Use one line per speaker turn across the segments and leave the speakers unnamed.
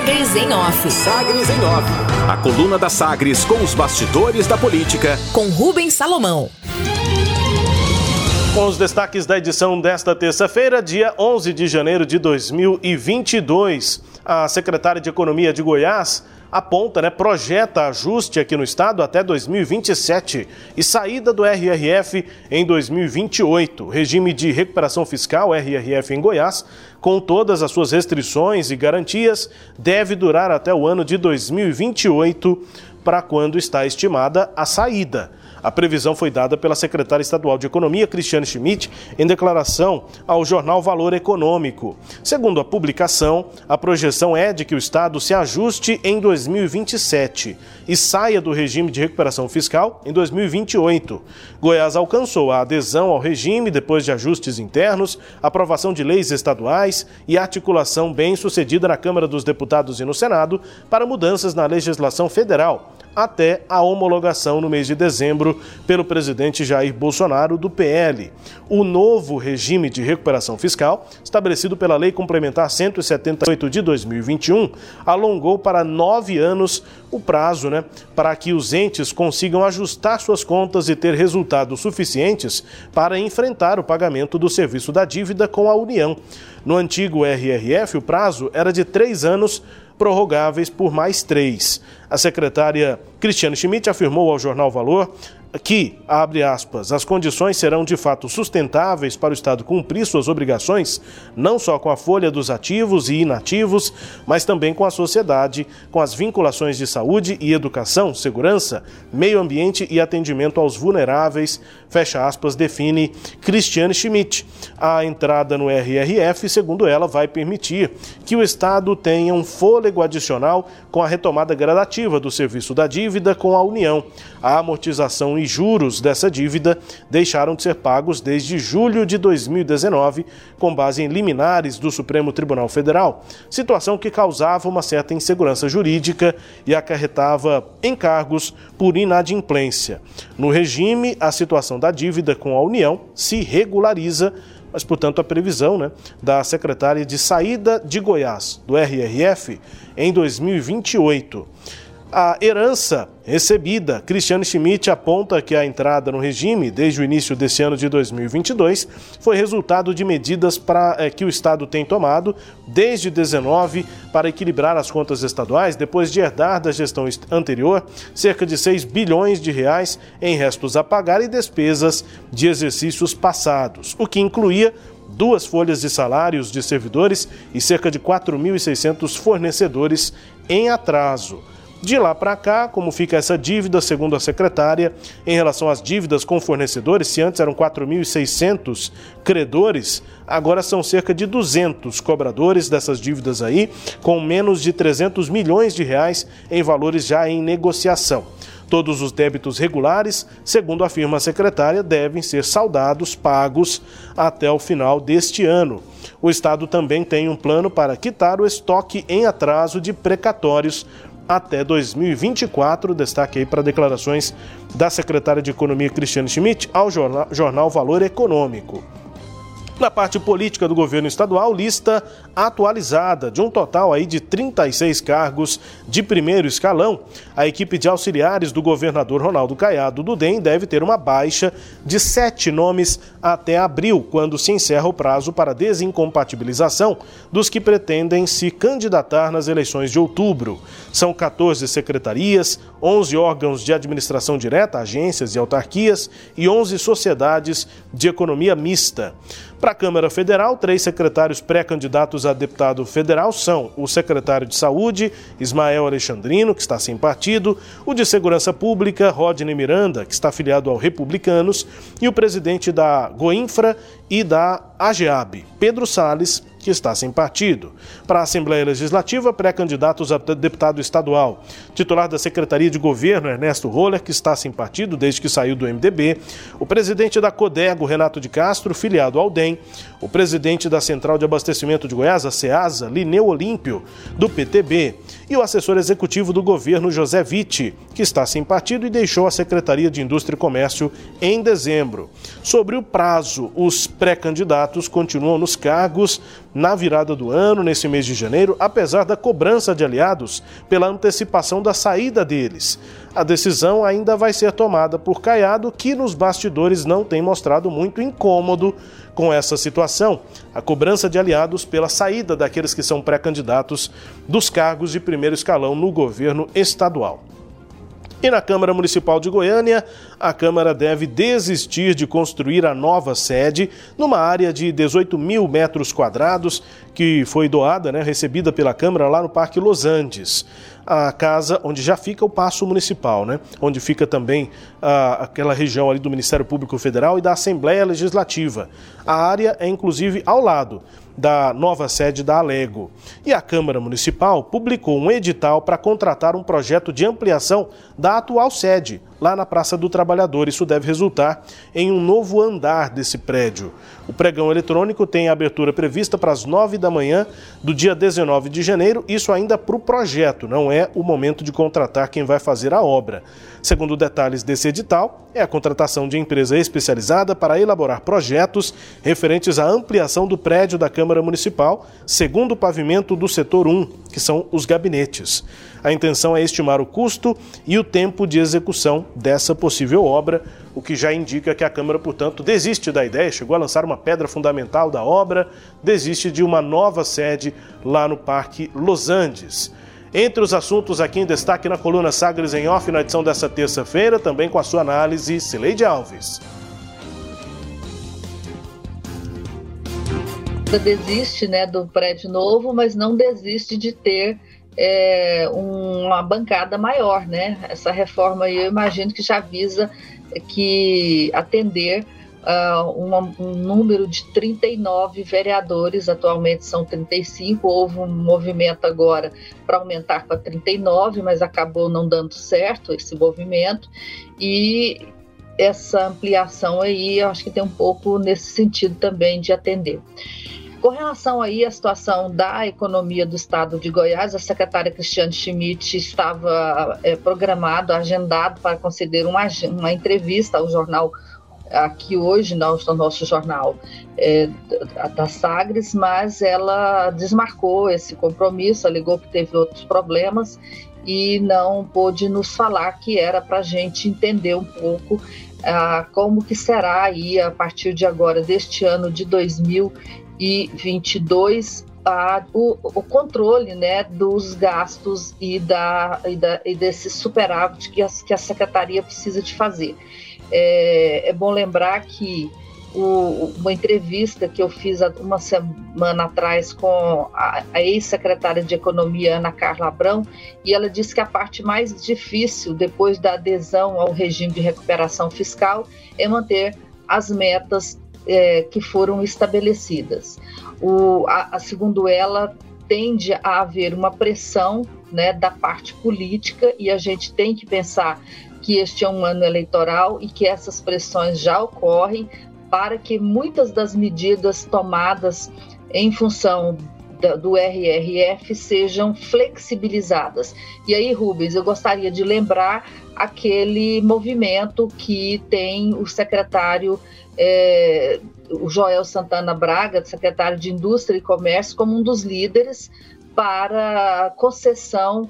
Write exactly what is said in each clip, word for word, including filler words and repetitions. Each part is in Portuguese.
Sagres em Off.
Sagres em Off. A coluna da Sagres com os bastidores da política.
Com Rubens Salomão.
Com os destaques da edição desta terça-feira, dia onze de janeiro de dois mil e vinte e dois. A secretária de Economia de Goiás aponta, né, projeta ajuste aqui no estado até dois mil e vinte e sete e saída do R R F em dois mil e vinte e oito. Regime de recuperação fiscal, R R F em Goiás, com todas as suas restrições e garantias, deve durar até o ano de dois mil e vinte e oito, para quando está estimada a saída. A previsão foi dada pela secretária estadual de Economia, Cristiane Schmidt, em declaração ao jornal Valor Econômico. Segundo a publicação, a projeção é de que o Estado se ajuste em dois mil e vinte e sete e saia do regime de recuperação fiscal em dois mil e vinte e oito. Goiás alcançou a adesão ao regime depois de ajustes internos, aprovação de leis estaduais e articulação bem-sucedida na Câmara dos Deputados e no Senado para mudanças na legislação federal, até a homologação no mês de dezembro pelo presidente Jair Bolsonaro, do P L. O novo regime de recuperação fiscal, estabelecido pela Lei Complementar cento e setenta e oito de dois mil e vinte e um, alongou para nove anos o prazo, né, para que os entes consigam ajustar suas contas e ter resultados suficientes para enfrentar o pagamento do serviço da dívida com a União. No antigo R R F, o prazo era de três anos, prorrogáveis por mais três. A secretária Cristiane Schmidt afirmou ao jornal Valor que, abre aspas, as condições serão de fato sustentáveis para o Estado cumprir suas obrigações, não só com a folha dos ativos e inativos, mas também com a sociedade, com as vinculações de saúde e educação, segurança, meio ambiente e atendimento aos vulneráveis, fecha aspas, define Cristiane Schmidt. A entrada no R R F, segundo ela, vai permitir que o Estado tenha um fôlego adicional com a retomada gradativa do serviço da dívida com a União. A amortização e juros dessa dívida deixaram de ser pagos desde julho de dois mil e dezenove, com base em liminares do Supremo Tribunal Federal, situação que causava uma certa insegurança jurídica e acarretava encargos por inadimplência. No regime, a situação da dívida com a União se regulariza, mas, portanto, a previsão, né, da secretária de saída de Goiás, do R R F, em dois mil e vinte e oito. A herança recebida, Cristiane Schmidt aponta que a entrada no regime, desde o início desse ano de dois mil e vinte e dois, foi resultado de medidas pra, é, que o Estado tem tomado desde dezenove para equilibrar as contas estaduais, depois de herdar da gestão anterior cerca de seis bilhões de reais em restos a pagar e despesas de exercícios passados, o que incluía duas folhas de salários de servidores e cerca de quatro mil e seiscentos fornecedores em atraso. De lá para cá, como fica essa dívida, segundo a secretária, em relação às dívidas com fornecedores, se antes eram quatro mil e seiscentos credores, agora são cerca de duzentos cobradores dessas dívidas aí, com menos de trezentos milhões de reais em valores já em negociação. Todos os débitos regulares, segundo afirma a secretária, devem ser saldados, pagos até o final deste ano. O Estado também tem um plano para quitar o estoque em atraso de precatórios até dois mil e vinte e quatro, destaque aí para declarações da secretária de Economia Cristiane Schmidt ao jornal, jornal Valor Econômico. Na parte política do governo estadual, lista atualizada de um total aí de trinta e seis cargos de primeiro escalão. A equipe de auxiliares do governador Ronaldo Caiado do D E M deve ter uma baixa de sete nomes até abril, quando se encerra o prazo para desincompatibilização dos que pretendem se candidatar nas eleições de outubro. São quatorze secretarias, onze órgãos de administração direta, agências e autarquias e onze sociedades de economia mista. Para a Câmara Federal, três secretários pré-candidatos a deputado federal são o secretário de Saúde, Ismael Alexandrino, que está sem partido, o de Segurança Pública, Rodney Miranda, que está afiliado ao Republicanos, e o presidente da Goinfra e da AGEAB, Pedro Salles, que está sem partido. Para a Assembleia Legislativa, pré-candidatos a deputado estadual. Titular da Secretaria de Governo, Ernesto Roller, que está sem partido desde que saiu do M D B. O presidente da Codego, Renato de Castro, filiado ao D E M. o presidente da Central de Abastecimento de Goiás, a CEASA, Lineu Olímpio, do P T B, e o assessor executivo do governo, José Vitti, que está sem partido e deixou a Secretaria de Indústria e Comércio em dezembro. Sobre o prazo, os pré-candidatos continuam nos cargos na virada do ano, nesse mês de janeiro, apesar da cobrança de aliados pela antecipação da saída deles. A decisão ainda vai ser tomada por Caiado, que nos bastidores não tem mostrado muito incômodo com essa situação. A cobrança de aliados pela saída daqueles que são pré-candidatos dos cargos de primeiro escalão no governo estadual. E na Câmara Municipal de Goiânia, a Câmara deve desistir de construir a nova sede numa área de dezoito mil metros quadrados que foi doada, né, recebida pela Câmara lá no Parque Los Andes. A casa onde já fica o Paço Municipal, né, onde fica também ah, aquela região ali do Ministério Público Federal e da Assembleia Legislativa. A área é inclusive ao lado da nova sede da Alego. E a Câmara Municipal publicou um edital para contratar um projeto de ampliação da atual sede, lá na Praça do Trabalhador. Isso deve resultar em um novo andar desse prédio. O pregão eletrônico tem a abertura prevista para as nove da manhã do dia dezenove de janeiro, isso ainda para o projeto, não é o momento de contratar quem vai fazer a obra. Segundo detalhes desse edital, é a contratação de empresa especializada para elaborar projetos referentes à ampliação do prédio da Câmara Municipal, segundo o pavimento do setor um, que são os gabinetes. A intenção é estimar o custo e o tempo de execução dessa possível obra, o que já indica que a Câmara, portanto, desiste da ideia, chegou a lançar uma pedra fundamental da obra, desiste de uma nova sede lá no Parque Los Andes. Entre os assuntos aqui em destaque na coluna Sagres em Off, na edição dessa terça-feira, também com a sua análise, Cileide Alves.
Desiste, né, do prédio novo, mas não desiste de ter é, uma bancada maior, né? Essa reforma aí eu imagino que já visa que atender uh, uma, um número de trinta e nove vereadores, atualmente são trinta e cinco, houve um movimento agora para aumentar para trinta e nove, mas acabou não dando certo esse movimento, e essa ampliação aí eu acho que tem um pouco nesse sentido também de atender. Com relação aí à situação da economia do estado de Goiás, a secretária Cristiane Schmidt estava é, programado, agendado para conceder uma, uma entrevista ao jornal aqui hoje, no nosso jornal é, da Sagres, mas ela desmarcou esse compromisso, alegou que teve outros problemas e não pôde nos falar, que era para a gente entender um pouco ah, como que será aí a partir de agora, deste ano de dois mil e vinte e dois, a, o, o controle, né, dos gastos e, da, e, da, e desse superávit que a, que a Secretaria precisa de fazer. É, é bom lembrar que o, uma entrevista que eu fiz uma semana atrás com a, a ex-secretária de Economia, Ana Carla Abrão, e ela disse que a parte mais difícil, depois da adesão ao regime de recuperação fiscal, é manter as metas É, que foram estabelecidas. O, a, a, segundo ela, tende a haver uma pressão, né, da parte política, e a gente tem que pensar que este é um ano eleitoral e que essas pressões já ocorrem para que muitas das medidas tomadas em função da, do R R F sejam flexibilizadas. E aí, Rubens, eu gostaria de lembrar aquele movimento que tem o secretário É, o Joel Santana Braga, secretário de Indústria e Comércio, como um dos líderes para concessão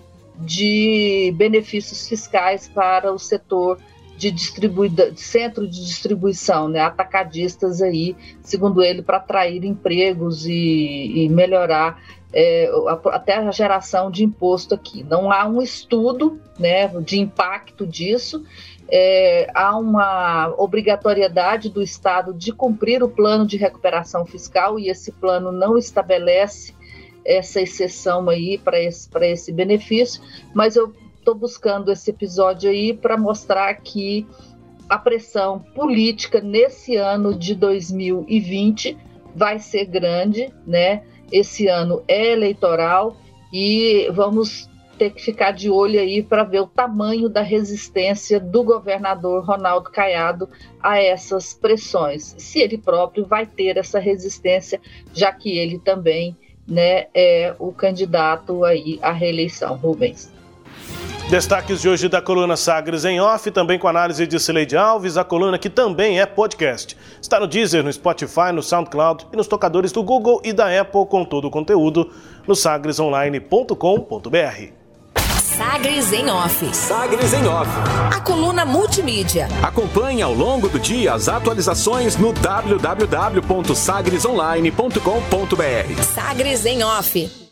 de benefícios fiscais para o setor de, distribuida, de centro de distribuição, né, atacadistas aí, segundo ele, para atrair empregos e, e melhorar é, até a geração de imposto aqui. Não há um estudo, né, de impacto disso. É, há uma obrigatoriedade do Estado de cumprir o plano de recuperação fiscal, e esse plano não estabelece essa exceção aí para esse, para esse benefício, mas eu estou buscando esse episódio aí para mostrar que a pressão política nesse ano de dois mil e vinte vai ser grande, né? Esse ano é eleitoral e vamos ter que ficar de olho aí para ver o tamanho da resistência do governador Ronaldo Caiado a essas pressões. Se ele próprio vai ter essa resistência, já que ele também, né, é o candidato aí à reeleição. Rubens.
Destaques de hoje da coluna Sagres em Off, também com análise de Cileide Alves, a coluna que também é podcast. Está no Deezer, no Spotify, no SoundCloud e nos tocadores do Google e da Apple, com todo o conteúdo no sagres online ponto com ponto b r.
Sagres em Off.
Sagres em Off.
A coluna multimídia.
Acompanhe ao longo do dia as atualizações no w w w ponto sagres online ponto com ponto b r.
Sagres em Off.